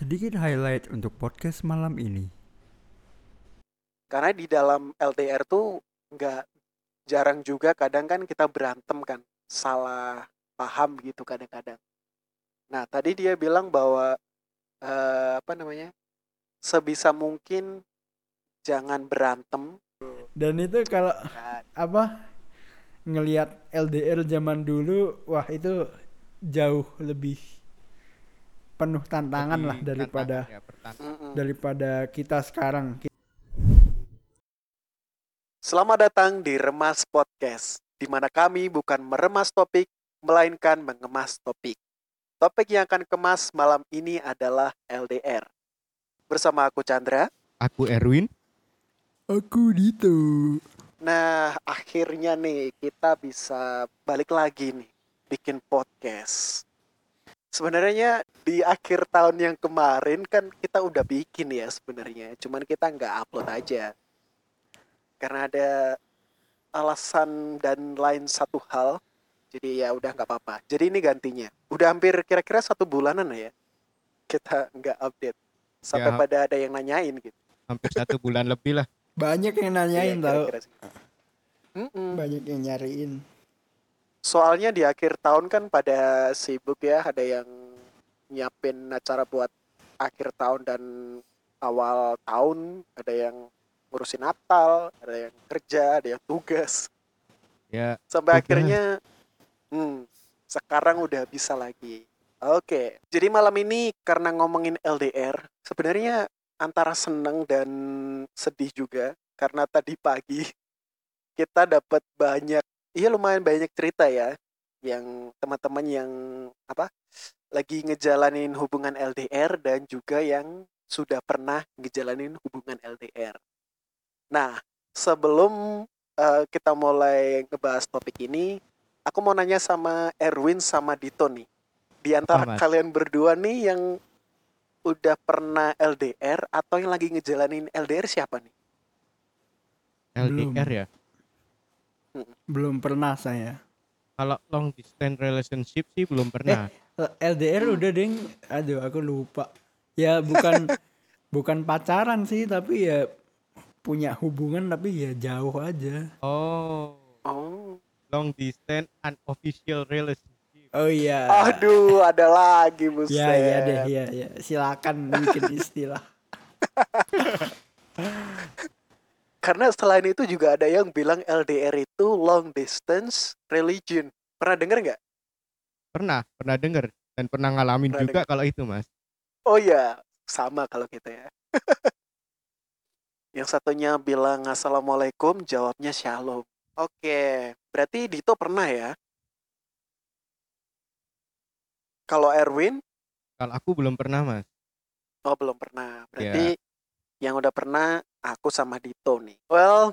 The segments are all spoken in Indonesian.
Sedikit highlight untuk podcast malam ini. Karena di dalam LDR tuh nggak jarang juga kadang kan kita berantem kan, salah paham gitu kadang-kadang. Nah tadi dia bilang bahwa sebisa mungkin jangan berantem. Dan itu kalau Kan. ngelihat LDR zaman dulu, wah itu jauh lebih penuh tantangan lah Lebih tantangan daripada ya pertama. Mm-mm. daripada kita sekarang. Selamat datang di Remas Podcast, di mana kami bukan meremas topik, melainkan mengemas topik. Topik yang akan kemas malam ini adalah LDR. Bersama aku Chandra. Aku Erwin. Aku Dito. Nah, akhirnya nih kita bisa balik lagi nih bikin podcast. Sebenarnya di akhir tahun yang kemarin kan kita udah bikin ya sebenarnya, cuman kita nggak upload aja karena ada alasan dan lain satu hal. Jadi ya udah nggak apa-apa. Jadi ini gantinya. Udah hampir kira-kira 1 bulanan ya kita nggak update sampai Ya pada ada yang nanyain gitu. hampir 1 bulan lebih lah. Banyak yang Iya nanyain tau. kira-kira sih. Mm-mm. Banyak yang nyariin. Soalnya di akhir tahun kan pada sibuk ya, ada yang nyiapin acara buat akhir tahun dan awal tahun, ada yang ngurusin Natal, ada yang kerja, ada yang tugas. Ya Sampai sibuk lah. akhirnya sekarang udah bisa lagi. Oke, jadi malam ini karena ngomongin LDR, sebenarnya antara seneng dan sedih juga karena tadi pagi kita dapat banyak, iya lumayan banyak cerita ya, yang teman-teman yang lagi ngejalanin hubungan LDR dan juga yang sudah pernah ngejalanin hubungan LDR. Nah, sebelum kita mulai ngebahas topik ini, aku mau nanya sama Erwin sama Dito nih. Di Apa antara mas? kalian berdua nih yang udah pernah LDR atau yang lagi ngejalanin LDR siapa nih? LDR ya. Belum pernah saya. Kalau long distance relationship sih belum pernah. LDR udah ding. Aduh aku lupa. Ya bukan pacaran sih, tapi ya punya hubungan tapi ya jauh aja. Oh, Oh, long distance unofficial relationship. Oh iya. aduh, ada lagi Ya deh buset. ya. Silakan bikin istilah. Karena selain itu juga ada yang bilang LDR itu long distance religion. Pernah denger nggak? Pernah denger dan pernah ngalamin Pernah juga denger. kalau itu mas. Oh iya, sama kalau kita ya. Yang satunya bilang assalamualaikum, jawabnya shalom. Oke, berarti Dito pernah ya? Kalau Erwin, Kalau aku belum pernah mas. oh belum pernah. Ya Berarti yang udah pernah aku sama Dito nih. Well,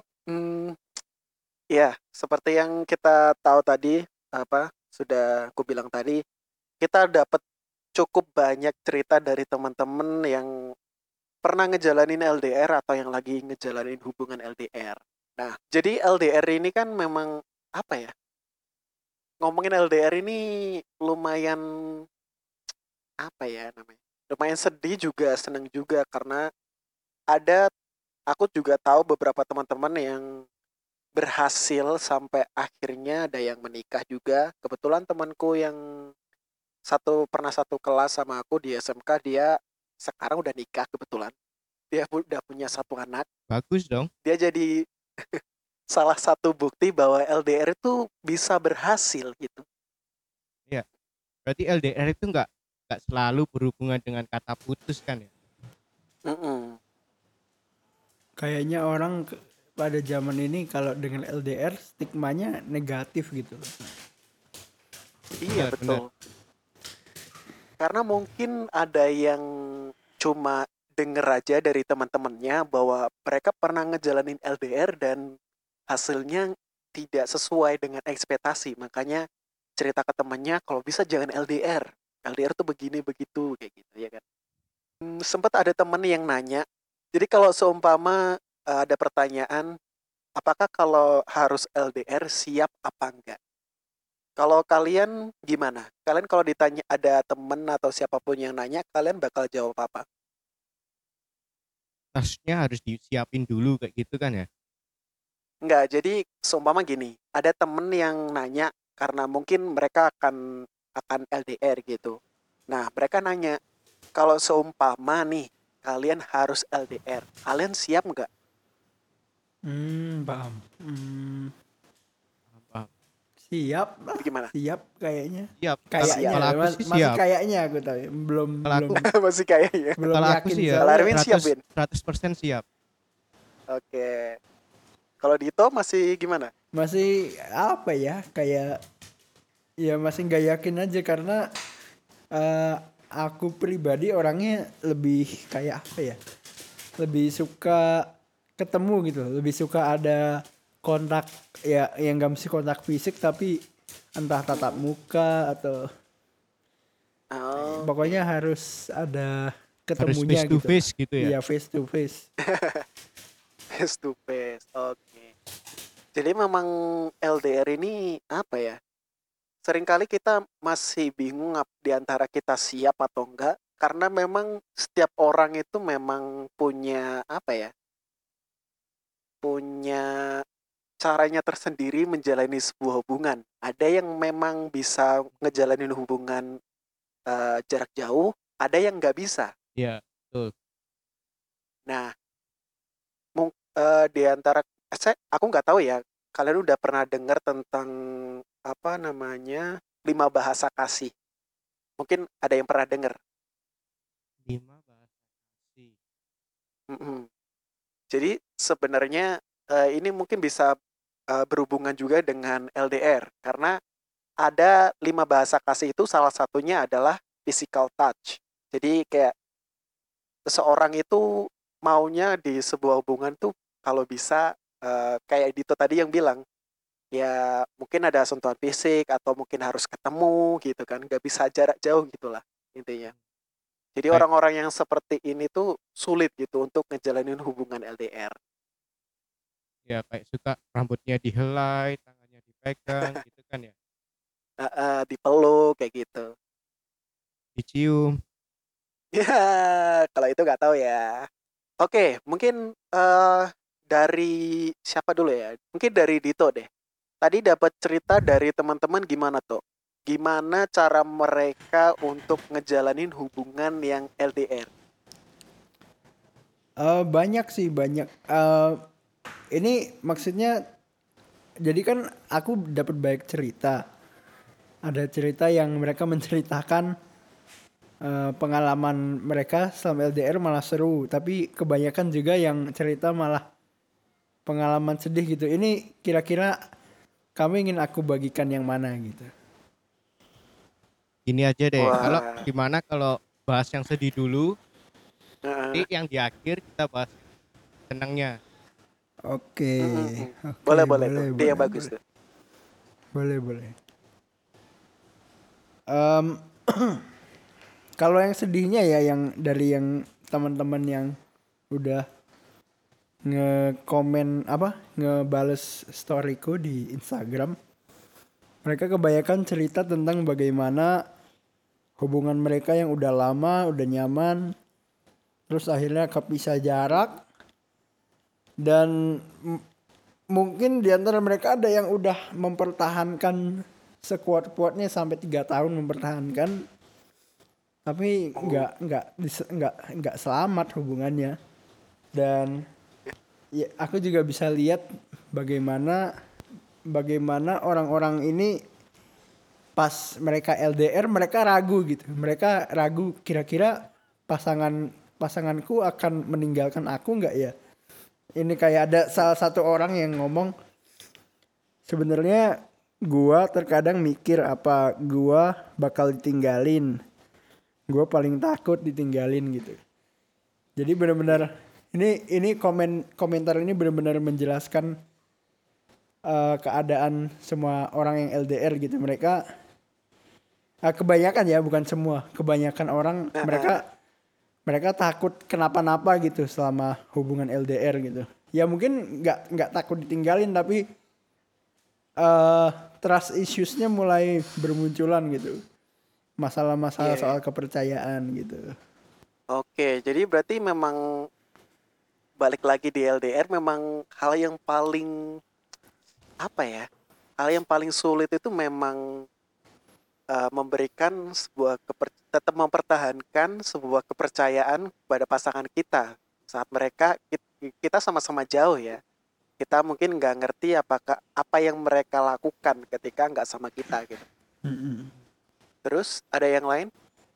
ya seperti yang kita tahu tadi, sudah aku bilang tadi, kita dapat cukup banyak cerita dari teman-teman yang pernah ngejalanin LDR atau yang lagi ngejalanin hubungan LDR. Nah, jadi LDR ini kan memang apa ya? Ngomongin LDR ini lumayan apa ya namanya? Lumayan sedih juga, seneng juga karena ada aku juga tahu beberapa teman-teman yang berhasil sampai akhirnya ada yang menikah juga. Kebetulan temanku yang pernah satu kelas sama aku di SMK, dia sekarang udah nikah kebetulan. Dia udah punya satu anak. bagus dong. Dia jadi salah satu bukti bahwa LDR itu bisa berhasil gitu. Ya berarti LDR itu nggak selalu berhubungan dengan kata putus kan ya. Mm-mm. Kayaknya orang pada zaman ini kalau dengan LDR stigmanya negatif gitu. Iya Benar. betul. Karena mungkin ada yang cuma denger aja dari teman-temannya bahwa mereka pernah ngejalanin LDR dan hasilnya tidak sesuai dengan ekspektasi. Makanya cerita ke temannya kalau bisa jangan LDR. LDR tuh begini begitu kayak gitu ya kan. Sempat ada temen yang nanya. Jadi kalau seumpama ada pertanyaan, apakah kalau harus LDR siap apa enggak? Kalau kalian gimana? Kalian kalau ditanya ada temen atau siapapun yang nanya, kalian bakal jawab apa? tasnya harus disiapin dulu kayak gitu kan ya. Enggak, jadi seumpama gini, ada temen yang nanya karena mungkin mereka akan LDR gitu. Nah, mereka nanya, kalau seumpama nih kalian harus LDR, kalian siap nggak? Paham. Paham. Siap lah, Itu gimana? siap kayaknya. Siap. Kayaknya, Kalau aku sih masih siap. kayaknya aku tahu. Belum Kalau belum aku Masih kayaknya. belum kalau aku yakin sih ya Kalau soalnya. Arwin siap, Win? 100% siap. Oke. Kalau Dito masih gimana? Masih apa ya, kayak ya masih nggak yakin aja karena eh, aku pribadi orangnya lebih kayak apa ya, lebih suka ketemu gitu, lebih suka ada kontak, ya yang gak mesti kontak fisik tapi entah tatap muka atau Oh, pokoknya harus ada Harus ketemunya face to gitu. face gitu ya. Iya, face to face. face to face. Oke. Jadi memang LDR ini apa ya? Seringkali kita masih bingung di antara kita siap atau enggak karena memang setiap orang itu memang punya apa ya? Punya caranya tersendiri menjalani sebuah hubungan. Ada yang memang bisa ngejalanin hubungan jarak jauh, ada yang nggak bisa. Iya, betul. Nah, di antara aku nggak tahu ya, kalian udah pernah dengar tentang apa namanya 5 bahasa kasih? Mungkin ada yang pernah dengar. 5 bahasa kasih. Mm-mm. Jadi sebenarnya ini mungkin bisa berhubungan juga dengan LDR karena ada 5 bahasa kasih itu salah satunya adalah physical touch. Jadi kayak seseorang itu maunya di sebuah hubungan tuh kalau bisa kayak Dito tadi yang bilang ya mungkin ada sentuhan fisik atau mungkin harus ketemu gitu kan, nggak bisa jarak jauh gitulah intinya. Jadi Kayak orang-orang yang seperti ini tuh sulit gitu untuk ngejalanin hubungan LDR. ya kayak suka rambutnya dihelai, tangannya dipegang gitu kan ya. Dipeluk kayak gitu. Dicium. Ya, kalau itu nggak tahu ya. Oke, mungkin dari siapa dulu ya? Mungkin dari Dito deh. Tadi dapat cerita dari teman-teman gimana tuh? Gimana cara mereka untuk ngejalanin hubungan yang LDR? Banyak sih, banyak. Ini maksudnya, jadi kan aku dapat banyak cerita. Ada cerita yang mereka menceritakan pengalaman mereka selama LDR malah seru, tapi kebanyakan juga yang cerita malah pengalaman sedih gitu. Ini kira-kira kamu ingin aku bagikan yang mana gitu? Gini aja deh. Kalau Wah, gimana kalau bahas yang sedih dulu, nanti eh, yang di akhir kita bahas senangnya. Oke, mm, mm. oke, Boleh boleh tuh, boleh, dia yang boleh, bagus boleh, tuh. boleh, boleh. Em, Kalau yang sedihnya ya, yang dari yang teman-teman yang udah nge-komen apa, ngebales storyku di Instagram, mereka kebanyakan cerita tentang bagaimana hubungan mereka yang udah lama, udah nyaman, terus akhirnya kepisah jarak, dan mungkin di antara mereka ada yang udah mempertahankan sekuat-kuatnya sampai 3 tahun mempertahankan, tapi Oh, nggak selamat hubungannya. Dan ya, aku juga bisa lihat bagaimana bagaimana orang-orang ini pas mereka LDR mereka ragu gitu. Mereka ragu kira-kira pasanganku akan meninggalkan aku nggak ya? Ini kayak ada salah satu orang yang ngomong, sebenarnya gua terkadang mikir apa gua bakal ditinggalin. Gua paling takut ditinggalin gitu. Jadi benar-benar ini komentar ini benar-benar menjelaskan keadaan semua orang yang LDR gitu. Mereka kebanyakan ya, bukan semua. Kebanyakan orang mereka takut kenapa-napa gitu selama hubungan LDR gitu. Ya mungkin nggak takut ditinggalin, tapi eh trust issues-nya mulai bermunculan gitu. Masalah-masalah Iya. soal kepercayaan gitu. Oke, jadi berarti memang balik lagi di LDR memang hal yang paling apa ya? Hal yang paling sulit itu memang memberikan tetap mempertahankan sebuah kepercayaan pada pasangan kita saat kita sama-sama jauh ya. Kita mungkin nggak ngerti apa yang mereka lakukan ketika nggak sama kita gitu. Mm-mm. Terus ada yang lain?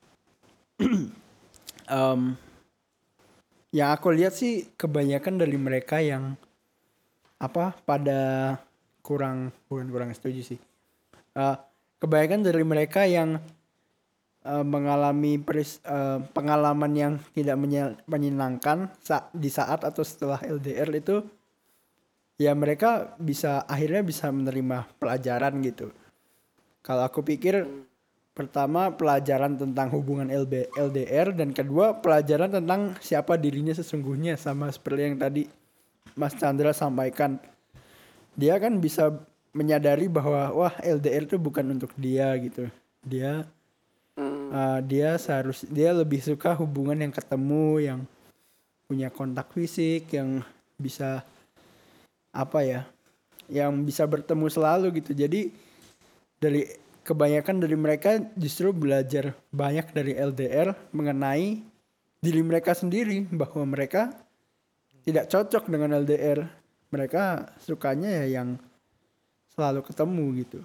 Em, yang aku lihat sih kebanyakan dari mereka yang pada bukan kurang setuju sih. Eh, Kebanyakan dari mereka yang mengalami pengalaman yang tidak menyenangkan di saat atau setelah LDR itu, ya mereka akhirnya bisa menerima pelajaran gitu. Kalau aku pikir pertama pelajaran tentang hubungan LDR, dan kedua pelajaran tentang siapa dirinya sesungguhnya, sama seperti yang tadi Mas Chandra sampaikan. Dia kan bisa menyadari bahwa wah LDR itu bukan untuk dia gitu. Dia Hmm, dia lebih suka hubungan yang ketemu, yang punya kontak fisik, yang bisa yang bisa bertemu selalu gitu. Jadi kebanyakan dari mereka justru belajar banyak dari LDR mengenai diri mereka sendiri, bahwa mereka tidak cocok dengan LDR. Mereka sukanya ya yang selalu ketemu gitu.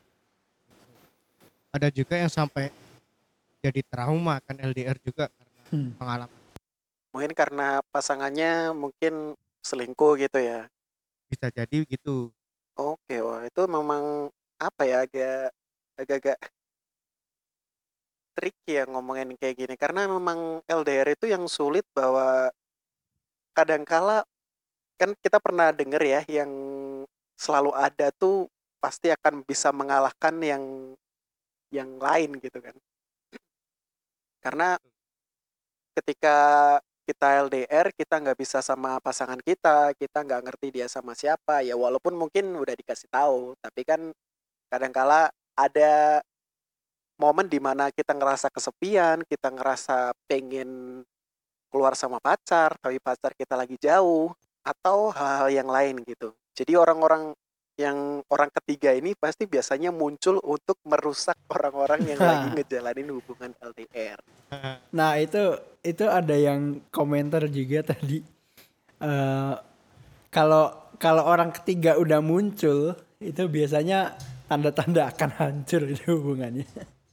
Ada juga yang sampai jadi trauma kan LDR juga karena pengalaman, mungkin karena pasangannya mungkin selingkuh gitu ya. bisa jadi gitu. Oke, wah itu memang apa ya agak-agak tricky ya ngomongin kayak gini karena memang LDR itu yang sulit bahwa kadangkala kan kita pernah denger ya yang selalu ada tuh pasti akan bisa mengalahkan yang lain gitu kan. Karena ketika kita LDR kita nggak bisa sama pasangan kita nggak ngerti dia sama siapa ya walaupun mungkin udah dikasih tahu tapi kan kadangkala ada momen dimana kita ngerasa kesepian, kita ngerasa pengen keluar sama pacar, tapi pacar kita lagi jauh, atau hal-hal yang lain gitu. Jadi orang ketiga ini pasti biasanya muncul untuk merusak orang-orang yang lagi ngejalanin hubungan LDR. Nah itu ada yang komentar juga tadi. Eh, kalau kalau orang ketiga udah muncul itu biasanya tanda-tanda akan hancur itu hubungannya.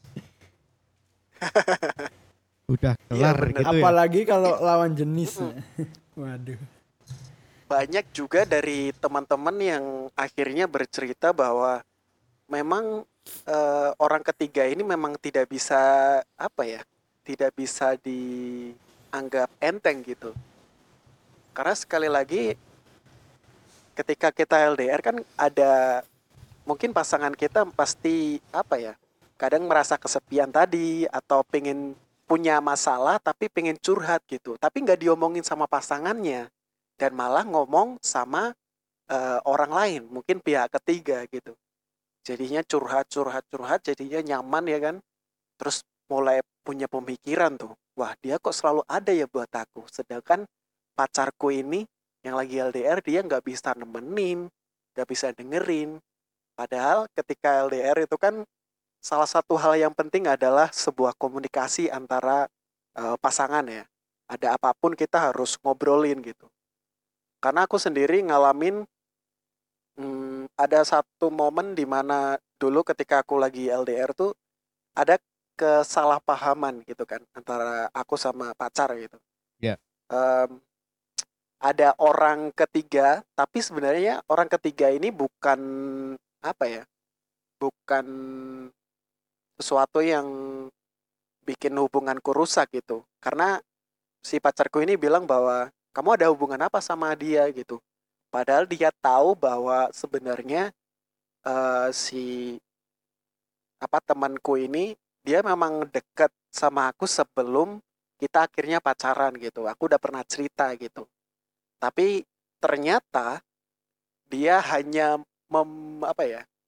Udah Iya kelar bener. gitu ya. Apalagi kalau lawan jenisnya. Waduh. Banyak juga dari teman-teman yang akhirnya bercerita bahwa memang orang ketiga ini memang tidak bisa apa ya, tidak bisa dianggap enteng gitu. Karena sekali lagi ketika kita LDR kan ada mungkin pasangan kita pasti apa ya, kadang merasa kesepian tadi atau pengen punya masalah tapi pengen curhat gitu, tapi nggak diomongin sama pasangannya dan malah ngomong sama orang lain, mungkin pihak ketiga gitu. Jadinya curhat, jadinya nyaman ya kan. Terus mulai punya pemikiran tuh, wah dia kok selalu ada ya buat aku. Sedangkan pacarku ini yang lagi LDR dia nggak bisa nemenin, nggak bisa dengerin. Padahal ketika LDR itu kan salah satu hal yang penting adalah sebuah komunikasi antara pasangan ya. Ada apapun kita harus ngobrolin gitu. Karena aku sendiri ngalamin ada satu momen di mana dulu ketika aku lagi LDR tuh ada kesalahpahaman gitu kan antara aku sama pacar gitu. Ya. Em, ada orang ketiga, tapi sebenarnya orang ketiga ini bukan apa ya, bukan sesuatu yang bikin hubunganku rusak gitu. Karena si pacarku ini bilang bahwa kamu ada hubungan apa sama dia gitu. Padahal dia tahu bahwa sebenarnya si apa temanku ini dia memang dekat sama aku sebelum kita akhirnya pacaran gitu. Aku udah pernah cerita gitu. Tapi ternyata dia hanya apa ya?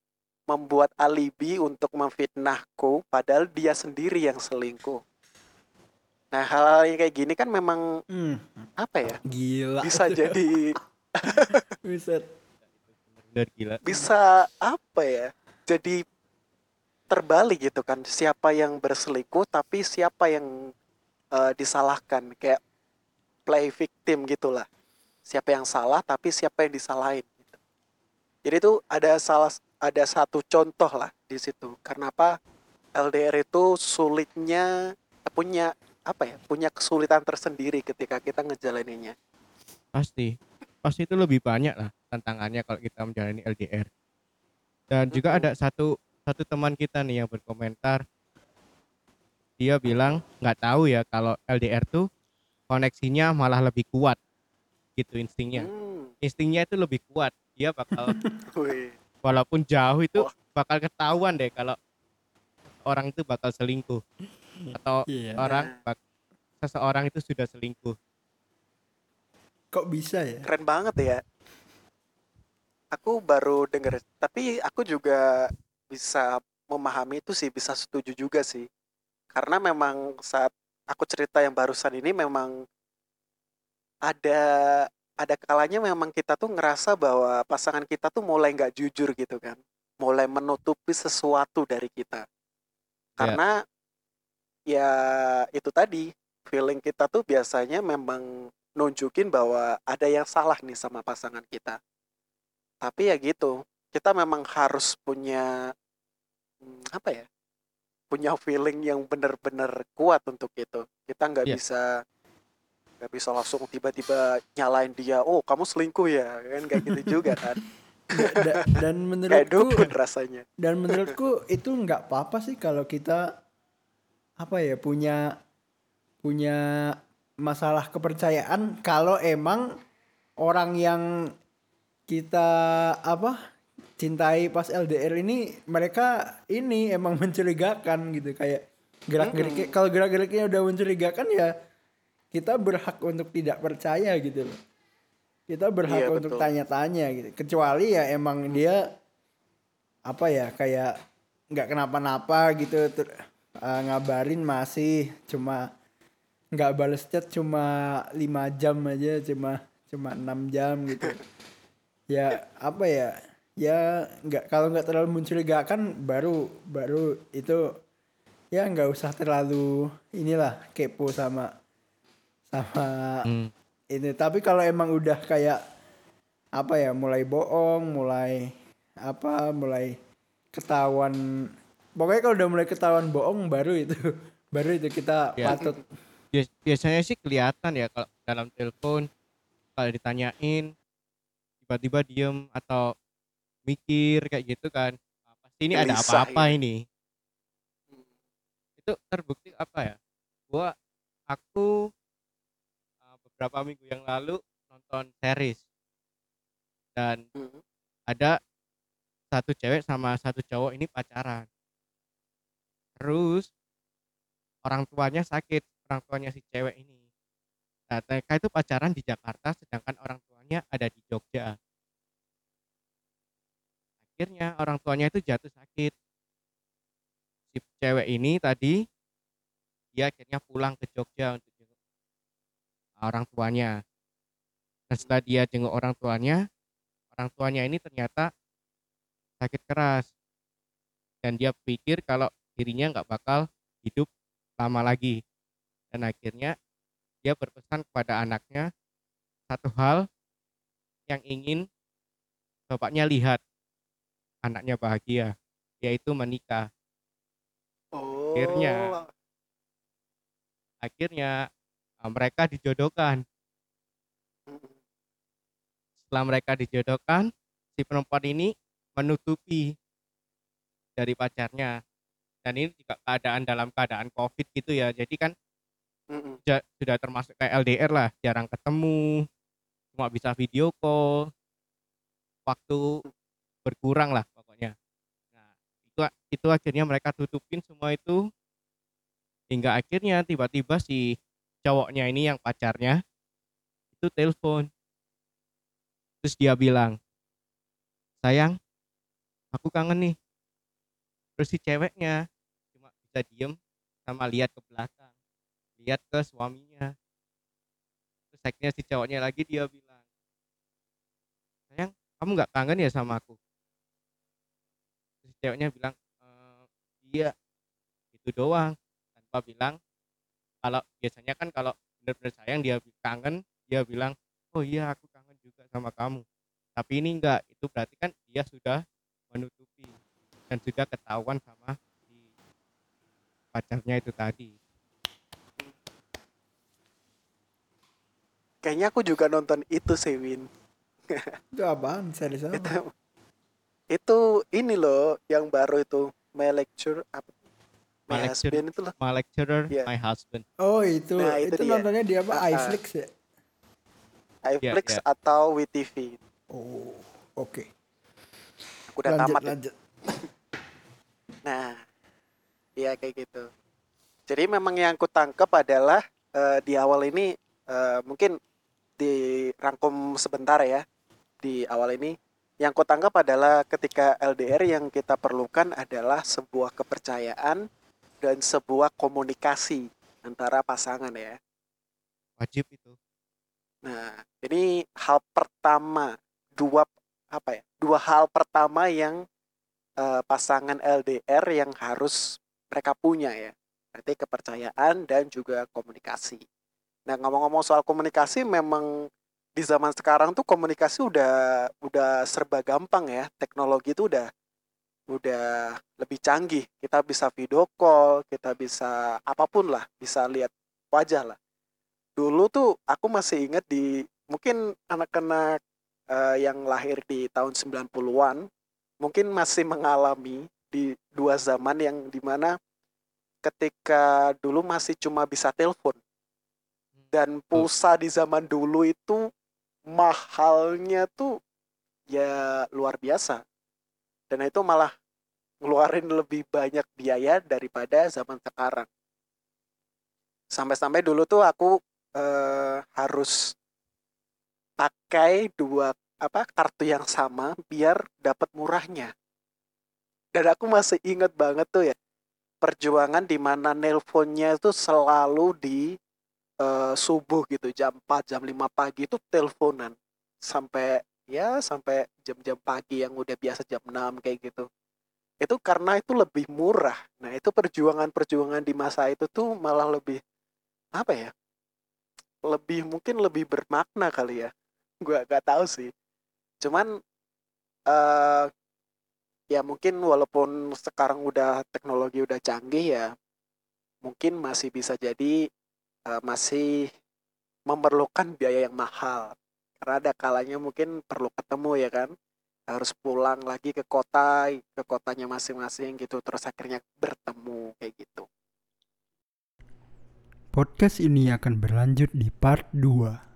membuat alibi untuk memfitnahku padahal dia sendiri yang selingkuh. Nah, hal-hal yang kayak gini kan memang Hmm, apa ya? gila. Bisa jadi Buset. Bener gila. bisa apa ya? Jadi terbalik gitu kan. Siapa yang berselingkuh tapi siapa yang disalahkan, kayak play victim gitulah. Siapa yang salah tapi siapa yang disalahin gitu. Jadi itu ada satu contoh lah di situ. Kenapa LDR itu sulitnya punya apa ya? Punya kesulitan tersendiri ketika kita ngejalaninnya. Pasti. Pasti itu lebih banyak lah tantangannya kalau kita menjalani LDR. Dan juga ada Mm-mm. satu teman kita nih yang berkomentar, dia bilang nggak tahu ya kalau LDR tuh koneksinya malah lebih kuat gitu instingnya. Hmm. Instingnya itu lebih kuat. Dia bakal Wih. walaupun jauh itu Wah. bakal ketahuan deh kalau orang itu bakal selingkuh atau Iya. Nah, seseorang itu sudah selingkuh. Kok bisa ya? keren banget ya. Aku baru denger, tapi aku juga bisa memahami itu sih, bisa setuju juga sih. Karena memang saat aku cerita yang barusan ini memang ada ada kalanya memang kita tuh ngerasa bahwa pasangan kita tuh mulai nggak jujur gitu kan. Mulai menutupi sesuatu dari kita. Ya, Karena ya itu tadi, feeling kita tuh biasanya memang nunjukin bahwa ada yang salah nih sama pasangan kita. Tapi ya gitu, kita memang harus punya apa ya? Punya feeling yang benar-benar kuat untuk itu. Kita ya, nggak bisa langsung tiba-tiba nyalain dia. Oh, kamu selingkuh ya? Kan kayak gitu juga kan. Nggak, dan Kayak menurutku dukun rasanya. itu nggak apa-apa sih kalau kita apa ya punya punya masalah kepercayaan kalau emang orang yang kita apa cintai pas LDR ini mereka ini emang mencurigakan gitu, kayak gerak-geriknya, Mm-mm. kalau gerak-geriknya udah mencurigakan ya kita berhak untuk tidak percaya gitu loh. Kita berhak Iya untuk betul. tanya-tanya gitu. Kecuali ya emang dia apa ya kayak nggak kenapa-napa gitu ngabarin masih cuma nggak bales chat cuma 5 jam aja, cuma 6 jam gitu. Ya apa ya? Ya nggak, kalau nggak terlalu mencurigakan baru baru itu ya nggak usah terlalu inilah kepo sama sama hmm, ini. Tapi kalau emang udah kayak apa ya mulai bohong, mulai ketahuan, pokoknya kalau udah mulai ketahuan bohong baru itu baru itu kita ya. patut. Mm-mm. Biasanya sih kelihatan ya kalau dalam telepon, kalau ditanyain tiba-tiba diem atau mikir kayak gitu kan. Ah, pasti ini ada Gelisah apa-apa gitu. ini. Itu terbukti apa ya? Gua aku beberapa minggu yang lalu nonton series dan Mm-mm. ada satu cewek sama satu cowok ini pacaran. Terus orang tuanya sakit, orang tuanya si cewek ini. Nah, mereka itu pacaran di Jakarta sedangkan orang tuanya ada di Jogja. Akhirnya orang tuanya itu jatuh sakit. Si cewek ini tadi dia akhirnya pulang ke Jogja untuk jenguk orang tuanya. Dan setelah dia jenguk orang tuanya ini ternyata sakit keras dan dia pikir kalau dirinya nggak bakal hidup lama lagi. Dan akhirnya dia berpesan kepada anaknya satu hal yang ingin bapaknya lihat anaknya bahagia, yaitu menikah. Akhirnya, Oh. akhirnya mereka dijodohkan. Mm-mm. Setelah mereka dijodohkan, si perempuan ini menutupi dari pacarnya. Dan ini juga dalam keadaan COVID gitu ya. Jadi kan Mm-mm. sudah termasuk kayak LDR lah, jarang ketemu, cuma bisa video call, waktu berkurang lah pokoknya. Nah, itu akhirnya mereka tutupin semua itu hingga akhirnya tiba-tiba si cowoknya ini yang pacarnya itu telepon. Terus dia bilang, "Sayang, aku kangen nih. Terus si ceweknya cuma bisa diem sama lihat ke belakang, lihat ke suaminya. Terus akhirnya si cowoknya lagi dia bilang, sayang kamu nggak kangen ya sama aku? Terus si ceweknya bilang, iya, itu doang, tanpa bilang. Kalau biasanya kan kalau bener-bener sayang dia kangen, dia bilang, oh iya aku kangen juga sama kamu. Tapi ini enggak, itu berarti kan dia sudah menutupi dan sudah ketahuan sama si pacarnya itu tadi. Kayaknya aku juga nonton itu sih, Win. Itu apaan? Series apa? Itu itu ini loh yang baru itu, My Lecture apa? My Husband itu loh. My lecturer, Ya. my husband. Oh itu, Nah, itu dia. nontonnya di apa? Ah, ah. iFlix ya? Ya, iFlix ya. atau WeTV. Oh, oke. Aku udah tamat ya. Lanjut. Nah, ya kayak gitu. Jadi memang yang aku tangkap adalah di awal ini mungkin dirangkum sebentar ya. Di awal ini yang aku tangkap adalah ketika LDR yang kita perlukan adalah sebuah kepercayaan dan sebuah komunikasi antara pasangan ya. Wajib itu. Nah, ini hal pertama, dua hal pertama yang pasangan LDR yang harus mereka punya ya. Berarti kepercayaan dan juga komunikasi. Nah, ngomong-ngomong soal komunikasi, memang di zaman sekarang tuh komunikasi udah serba gampang ya. Teknologi itu udah lebih canggih. Kita bisa video call, kita bisa apapun lah, bisa lihat wajah lah. Dulu tuh aku masih ingat mungkin anak-anak yang lahir di tahun 90-an mungkin masih mengalami di dua zaman yang dimana ketika dulu masih cuma bisa telepon dan pulsa di zaman dulu itu mahalnya tuh ya luar biasa, dan itu malah ngeluarin lebih banyak biaya daripada zaman sekarang. Sampai-sampai dulu tuh aku harus pakai kartu yang sama biar dapat murahnya. Dan aku masih inget banget tuh ya perjuangan di mana nelponnya itu selalu di subuh gitu, jam 4 jam 5 pagi itu teleponan sampai jam-jam pagi yang udah biasa jam 6 kayak gitu. Itu karena itu lebih murah. Nah, itu perjuangan-perjuangan di masa itu tuh malah lebih apa ya? Mungkin lebih bermakna kali ya. Gua gak tahu sih. Cuman eh ya mungkin walaupun sekarang udah teknologi udah canggih ya, mungkin masih bisa jadi masih memerlukan biaya yang mahal. Karena ada kalanya mungkin perlu ketemu ya kan. Harus pulang lagi ke kotanya masing-masing gitu. Terus akhirnya bertemu kayak gitu. Podcast ini akan berlanjut di part 2.